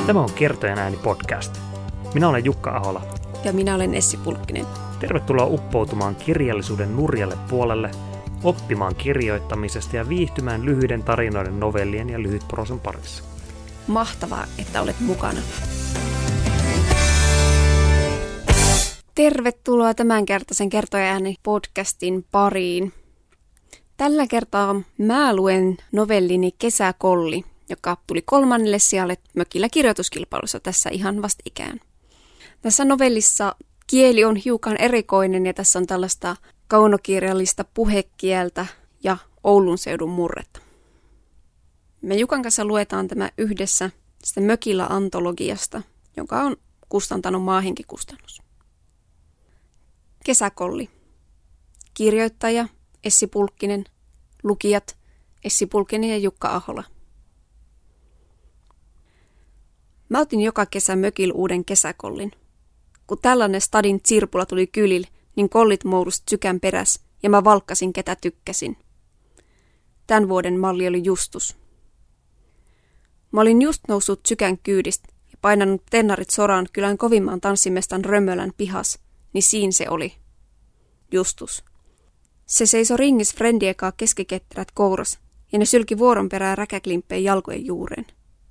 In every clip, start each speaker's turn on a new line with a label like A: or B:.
A: Tämä on Kertojan ääni podcast. Minä olen Jukka Ahola.
B: Ja minä olen Essi Pulkkinen.
A: Tervetuloa uppoutumaan kirjallisuuden nurjalle puolelle, oppimaan kirjoittamisesta ja viihtymään lyhyiden tarinoiden, novellien ja lyhytprosan parissa.
B: Mahtavaa, että olet mukana. Tervetuloa tämänkertaisen Kertojan ääni podcastin pariin. Tällä kertaa mä luen novellini Kesäkolli, joka tuli 3. sijalle Mökillä kirjoituskilpailussa tässä ihan vastikään. Tässä novellissa kieli on hiukan erikoinen ja tässä on tällaista kaunokirjallista puhekieltä ja Oulun seudun murretta. Me Jukan kanssa luetaan tämä yhdessä sitä Mökillä-antologiasta, joka on kustantanut Maahenkikustannus. Kesäkolli. Kirjoittaja Essi Pulkkinen. Lukijat Essi Pulkkinen ja Jukka Ahola. Mä otin joka kesä mökillä uuden kesäkollin. Kun tällainen stadin tsirpula tuli kylille, niin kollit mourus sykän peräs ja mä valkkasin ketä tykkäsin. Tän vuoden malli oli Justus. Mä olin just noussut sykän kyydistä ja painanut tennarit soraan kylän kovimman tanssimestan Römmölän pihas, niin siinä se oli. Justus. Se seisoi ringis frendiekaa keskiketterät kouras ja ne sylki vuoron perään räkäklimppeen jalkojen juureen.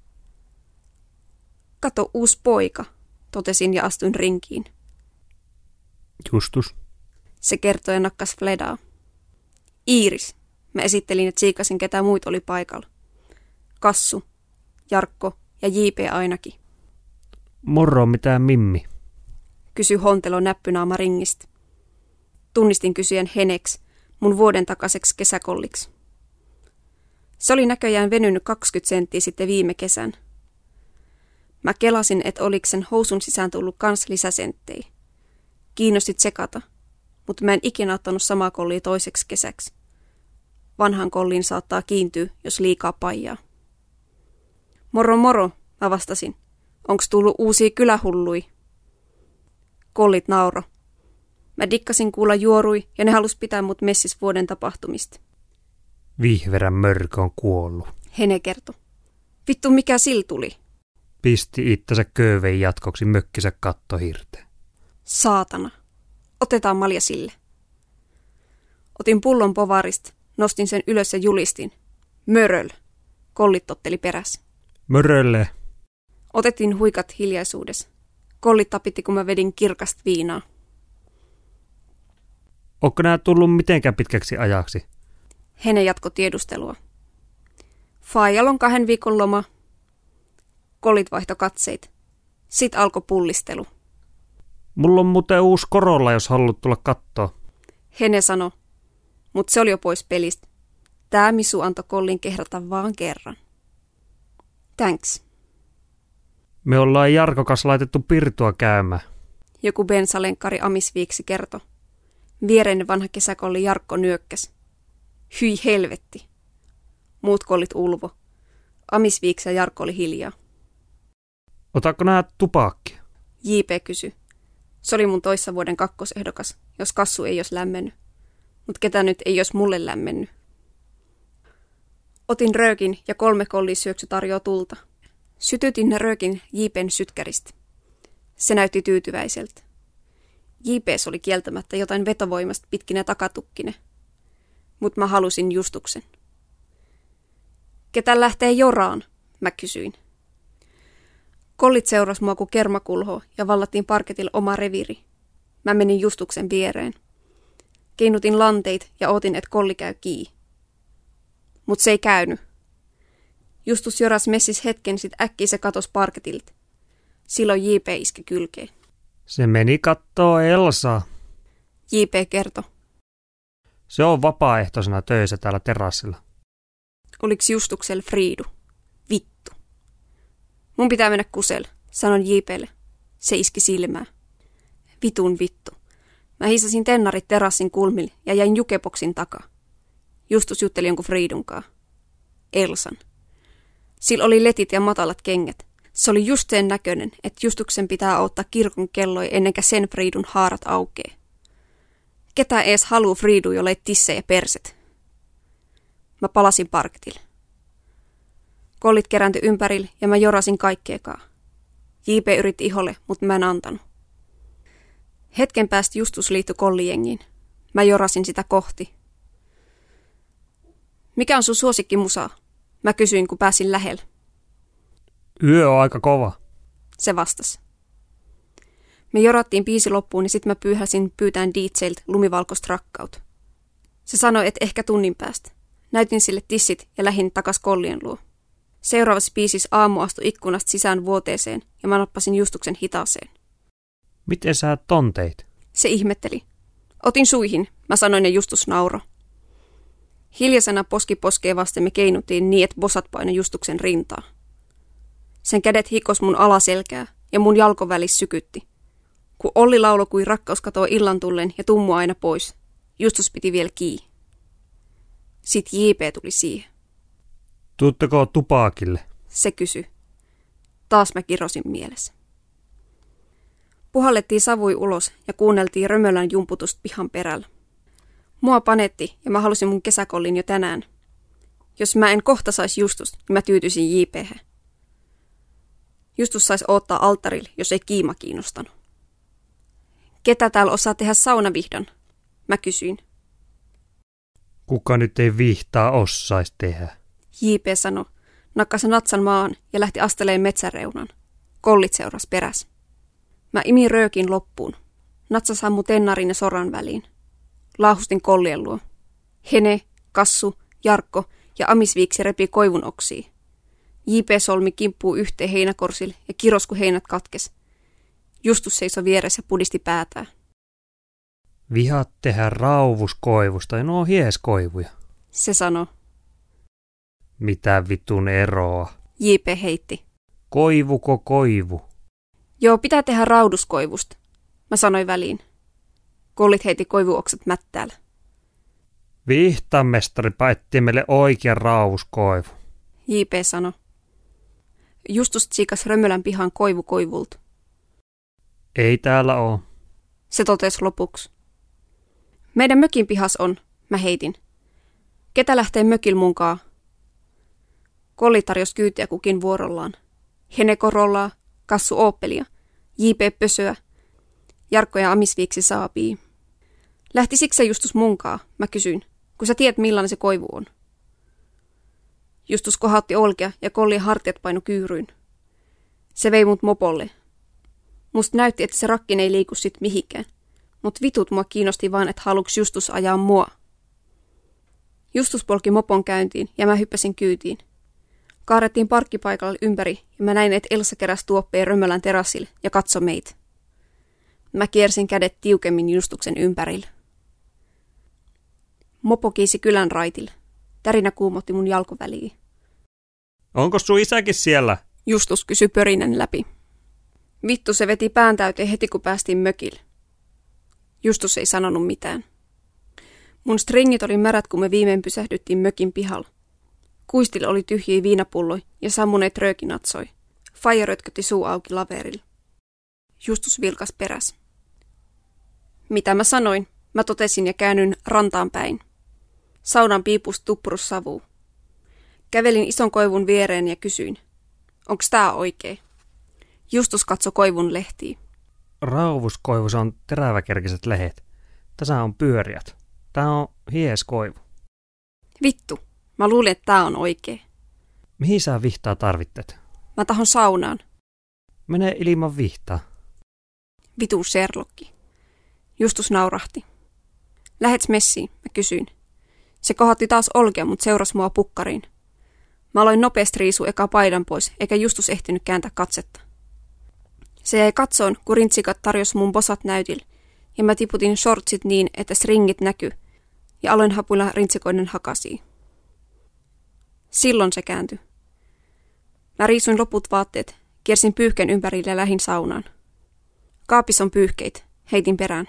B: Kato, uusi poika, totesin ja astuin rinkiin.
A: Justus.
B: Se kertoi ja nakkas Fledaa. Iiris. Mä esittelin, että siikasin ketä muut oli paikalla. Kassu, Jarkko ja JP ainakin.
A: Moro, mitään Mimmi?
B: Kysyi Hontelo näppynaama ringistä. Tunnistin kysyjän Heneks, mun vuoden takaiseksi kesäkolliksi. Se oli näköjään venynyt 20 senttiä sitten viime kesän. Mä kelasin, että oliko sen housun sisään tullut kans lisäsenttejä. Kiinnosti tsekata, mutta mä en ikinä ottanut samaa kollia toiseksi kesäksi. Vanhan kolliin saattaa kiintyä, jos liikaa paijaa. Moro moro, mä vastasin. Onks tullut uusia kylähullui? Kollit nauro. Mä dikkasin kuulla juorui ja ne halus pitää mut messis vuoden tapahtumista.
A: Vihverän mörkö on kuollut.
B: Hene kertoi. Vittu mikä sil tuli?
A: Pisti itsensä kööveen jatkoksi mökkisä kattohirteen.
B: Saatana. Otetaan malja sille. Otin pullon povarista, nostin sen ylös ja julistin. Möröl. Kollit totteli perässä.
A: Mörölle.
B: Otettiin huikat hiljaisuudessa. Kollit tapitti, kun mä vedin kirkasta viinaa.
A: Onko nää tullut mitenkään pitkäksi ajaksi?
B: Hene jatko tiedustelua. Faijal on 2 viikon loma. Kollit vaihto katseita. Sit alkoi pullistelu.
A: Mulla on muuten uusi Corolla, jos haluat tulla kattoo.
B: Hene sanoi, mut se oli jo pois pelistä. Tää Misu antoi kollin kehrata vaan kerran. Thanks.
A: Me ollaan Jarko kanssa laitettu pirtua käymään.
B: Joku bensalenkari amisviiksi kertoi. Viereinen vanha kesäkolli Jarkko nyökkäs. Hyi helvetti. Muut kollit ulvo. Amisviiksi ja Jarkko oli hiljaa.
A: Otatko nää tupakkia?
B: JP kysyi. Se oli mun toissa vuoden kakkosehdokas, jos kassu ei olisi lämmennyt. Mut ketä nyt ei olisi mulle lämmennyt. Otin röökin ja 3 kollia syöksy tarjoaa tulta. Sytytin ne röökin JPn sytkäristä. Se näytti tyytyväiseltä. JPs oli kieltämättä jotain vetovoimasta pitkine takatukkine. Mut mä halusin Justuksen. Ketä lähtee joraan? Mä kysyin. Kollit seuras mua kuin kermakulho ja vallattiin parketilla oma reviiri. Mä menin Justuksen viereen. Keinutin lanteit ja ootin, että kolli käy kii. Mut se ei käynyt. Justus joras messis hetken, sit äkkiä se katos parketilta. Silloin JP iski kylkeen.
A: Se meni kattoo Elsaa.
B: JP kertoi.
A: Se on vapaaehtoisena töissä täällä terassilla.
B: Oliks Justuksella Friidu? Vittu. Mun pitää mennä kuselle, sanon JPlle. Se iski silmää. Vitun vittu. Mä hiisasin tennarit terassin kulmille ja jäin jukeboksin takaa. Justus jutteli jonkun Friidunkaan. Elsan. Sillä oli letit ja matalat kengät. Se oli just sen näköinen, että Justuksen pitää ottaa kirkon kelloi ennenkä sen Friidun haarat aukee. Ketä ees haluu Friidu, jolle ei tissejä perset? Mä palasin parketille. Kollit kerääntyi ympärille ja mä jorasin kaikkeekaan. JP yritti iholle, mutta mä en antanut. Hetken päästä Justus liittyi kollijengiin. Mä jorasin sitä kohti. Mikä on sun suosikkimusaa? Mä kysyin, kun pääsin lähellä.
A: Yö on aika kova.
B: Se vastasi. Me jorattiin biisi loppuun ja sit mä pyyhäsin pyytään DJltä lumivalkoista rakkaut. Se sanoi, että ehkä tunnin päästä. Näytin sille tissit ja lähdin takas kollien luo. Seuraavassa biisissä aamu astui ikkunasta sisään vuoteeseen ja mä nappasin Justuksen hitaaseen.
A: Miten sä ton teit?
B: Se ihmetteli. Otin suihin, mä sanoin ja Justus nauro. Hiljaisena poski poskeen vasten me keinuttiin niin, että bosat painoi Justuksen rintaa. Sen kädet hikos mun alaselkää ja mun jalkovälis sykytti. Kun Olli lauloi kuin rakkaus katoo illan tullen ja tummu aina pois, Justus piti vielä kiinni. Sitten JP tuli siihen.
A: Tuutteko tupaakille?
B: Se kysyi. Taas mä kirosin mielessä. Puhallettiin savui ulos ja kuunneltiin Römölän jumputusta pihan perällä. Mua panetti ja mä halusin mun kesäkollin jo tänään. Jos mä en kohta saisi Justusta, niin mä tyytyisin JP:hen. Justus saisi odottaa alttarille, jos ei kiima kiinnostanut. Ketä täällä osaa tehdä saunavihdan? Mä kysyin.
A: Kuka nyt ei vihtaa osaisi tehdä?
B: JP sanoi, nakkasi natsan maan ja lähti asteleen metsäreunan. Kollit seurasi perässä. Mä imin röökin loppuun. Natsa sammui tennarin ja soran väliin. Laahustin kollien luo. Hene, Kassu, Jarkko ja Amisviiksi repi koivun oksia. JP solmi kimppuu yhteen heinäkorsille ja kiros, kun heinät katkes. Justus seisoi vieressä ja pudisti päätään.
A: Vihat tehdä rauvuskoivusta ja nuo hieskoivuja.
B: Se sanoi.
A: Mitä vitun eroa?
B: JP heitti.
A: Koivuko koivu?
B: Joo, pitää tehdä rauduskoivusta, mä sanoin väliin. Kollit heiti koivuoksat mättäällä.
A: Vihtamestari paetti meille oikean rauvuskoivu.
B: JP sanoi. Justus tsiikas Römölän pihan koivu koivulta.
A: Ei täällä oo.
B: Se totesi lopuksi. Meidän mökin pihas on, mä heitin. Ketä lähtee mökil munkaan? Kolli tarjosi kyytiä kukin vuorollaan. Hene korollaa, Kassu ooppelia, JP pösöä, Jarkko ja Amisviiksi saapii. Lähtisikö se Justus munkaa, mä kysyin, kun sä tiedät millainen se koivu on. Justus kohautti olkea ja Kollin hartiat painu kyyryyn. Se vei mut mopolle. Musta näytti, että se rakkin ei liiku sit mihinkään, mut vitut mua kiinnosti vaan, että haluks Justus ajaa mua. Justus polki mopon käyntiin ja mä hyppäsin kyytiin. Kaarettiin parkkipaikalle ympäri ja mä näin, että Elsa keräsi tuoppeen Römölän terassille ja katsoi meitä. Mä kiersin kädet tiukemmin Justuksen ympärillä. Mopo kiisi kylän raitille. Tärinä kuumotti mun jalkoväliin.
A: Onko sun isäkin siellä?
B: Justus kysyi pörinän läpi. Vittu, se veti pään täyteen heti kun päästiin mökille. Justus ei sanonut mitään. Mun stringit oli märät, kun me viimein pysähdyttiin mökin pihalla. Kuistilla oli tyhjiä viinapulloja ja sammuneet röökinat soi. Faija rötkötti suu auki laverille. Justus vilkas peräs. Mitä mä sanoin? Mä totesin ja käännyin rantaan päin. Saunan piipus tuppurus savuu. Kävelin ison koivun viereen ja kysyin. Onks tää oikee? Justus katsoi koivun lehtiä.
A: Rauvuskoivussa on teräväkerkiset lehet. Tässä on pyöriät. Tää on hieskoivu.
B: Vittu, mä luulin, että tää on oikee.
A: Mihin sä vihtaa tarvittet?
B: Mä tahon saunaan.
A: Mene ilman vihtaa.
B: Vitu Sherlocki. Justus naurahti. Lähets messiin, mä kysyin. Se kohatti taas olkea, mut seurasi mua pukkariin. Mä aloin nopeasti riisua eka paidan pois, eikä Justus ehtinyt kääntää katsetta. Se jäi katsoon, kun rintsikat tarjosi mun bosat näytille, ja mä tiputin shortsit niin, että stringit näkyi, ja aloin hapuilla rintsikoiden hakasiin. Silloin se kääntyi. Mä riisuin loput vaatteet, kiersin pyyhkeen ympärille ja lähin saunaan. Kaapissa on pyyhkeitä, heitin perään.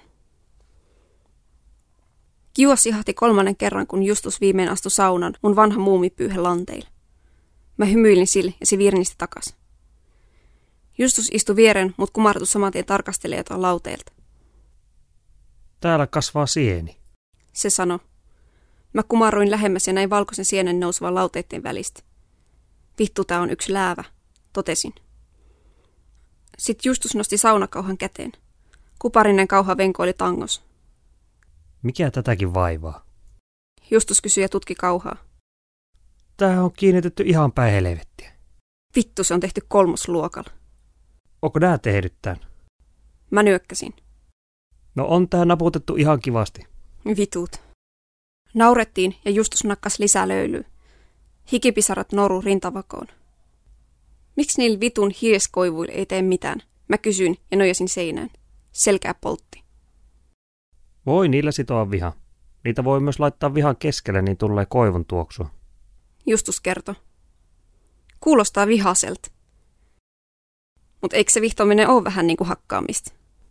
B: Kiuas sihahti kolmannen kerran, kun Justus viimein astui saunan mun vanha muumipyyhe lanteille. Mä hymyilin sille ja se virnisti takas. Justus istui viereen, mut kumartui saman tien tarkastelee jotain lauteelta.
A: Täällä kasvaa sieni.
B: Se sanoi. Mä kumarroin lähemmäs ja näin valkoisen sienen nousevan lauteiden välistä. Vittu, tää on yksi läävä, totesin. Sitten Justus nosti saunakauhan käteen. Kuparinen kauha venkoili tangos.
A: Mikä tätäkin vaivaa?
B: Justus kysyi ja tutki kauhaa.
A: Tää on kiinnitetty ihan päin helvettiä.
B: Vittu, se on tehty 3. luokalla.
A: Onko nää tehnyt tän?
B: Mä nyökkäsin.
A: No on tää naputettu ihan kivasti.
B: Vitut. Naurettiin ja Justus nakkas lisää löylyä. Hikipisarat noru rintavakoon. Miksi niillä vitun hieskoivuilla ei tee mitään? Mä kysyin ja nojasin seinään. Selkää poltti.
A: Voi niillä sitoa viha. Niitä voi myös laittaa vihan keskelle, niin tulee koivun tuoksua.
B: Justus kertoi. Kuulostaa vihaselta. Mutta eikö se vihtominen ole vähän niin kuin hakkaamista?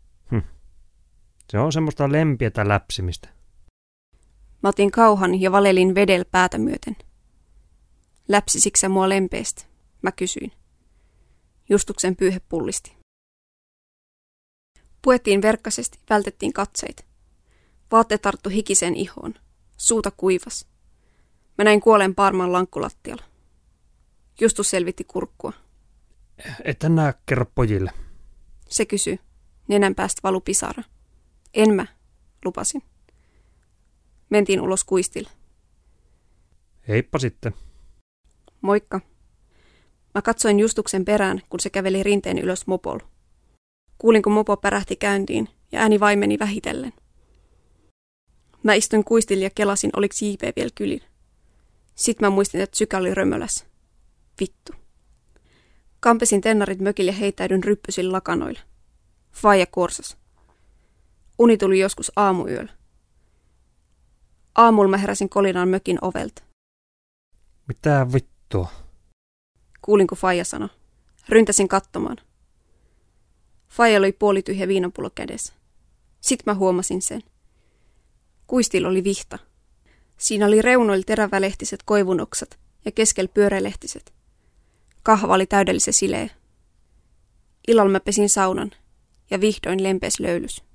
A: Se on semmoista lempietä läpsimistä.
B: Mä otin kauhan ja valelin vedellä päätä myöten. Läpsisikö sä mua lempeästä? Mä kysyin. Justuksen pyyhe pullisti. Puettiin verkkaisesti, vältettiin katseita. Vaatteet tarttu hikiseen ihoon. Suuta kuivas. Mä näin kuolleen Parman lankkulattialla. Justus selvitti kurkkua.
A: Et nää kerro pojille.
B: Se kysyi. Nenän päästä valu pisara. En mä, lupasin. Mentiin ulos kuistille.
A: Heippa sitten.
B: Moikka. Mä katsoin Justuksen perään, kun se käveli rinteen ylös mopolla. Kuulin, kun mopo pärähti käyntiin ja ääni vaimeni vähitellen. Mä istuin kuistille ja kelasin, oliko JP vielä kylin. Sitten mä muistin, että Sykä oli römölässä. Vittu. Kampesin tennarit mökille ja heittäydyn ryppysille lakanoille. Faija kuorsas. Uni tuli joskus aamuyöllä. Aamulla mä heräsin kolinaan mökin ovelta.
A: Mitä vittua?
B: Kuulin, kun Faija sanoi. Ryntäsin katsomaan. Faija oli puolityhjä viinapullo kädessä. Sitten mä huomasin sen. Kuistilla oli vihta. Siinä oli reunoilla terävälehtiset koivunoksat ja keskellä pyöreälehtiset. Kahva oli täydellisen sileä. Illalla mä pesin saunan ja vihdoin lempeäs löylys.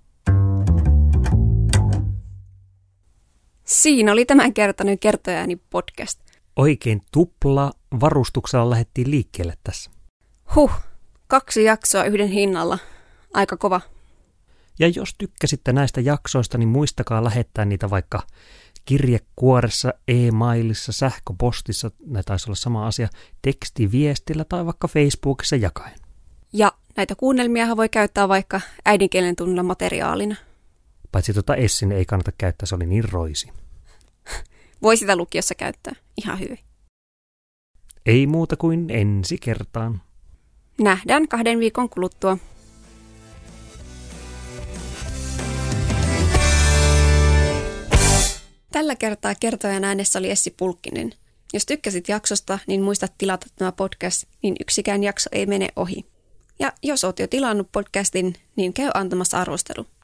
B: Siinä oli tämänkertainen Kertojääni podcast.
A: Oikein tupla varustuksella lähdettiin liikkeelle tässä.
B: 2 jaksoa yhden hinnalla. Aika kova.
A: Ja jos tykkäsitte näistä jaksoista, niin muistakaa lähettää niitä vaikka kirjekuoressa, e-mailissa, sähköpostissa, ne taisi olla sama asia, tekstiviestillä tai vaikka Facebookissa jakaen.
B: Ja näitä kuunnelmiahan voi käyttää vaikka äidinkielen tunnilla materiaalina.
A: Paitsi Essin ei kannata käyttää, se oli niin roisi.
B: Voi sitä lukiossa käyttää. Ihan hyvin.
A: Ei muuta kuin ensi kertaan.
B: Nähdään 2 viikon kuluttua. Tällä kertaa kertojan äänessä oli Essi Pulkkinen. Jos tykkäsit jaksosta, niin muista tilata tämä podcast, niin yksikään jakso ei mene ohi. Ja jos oot jo tilannut podcastin, niin käy antamassa arvostelu.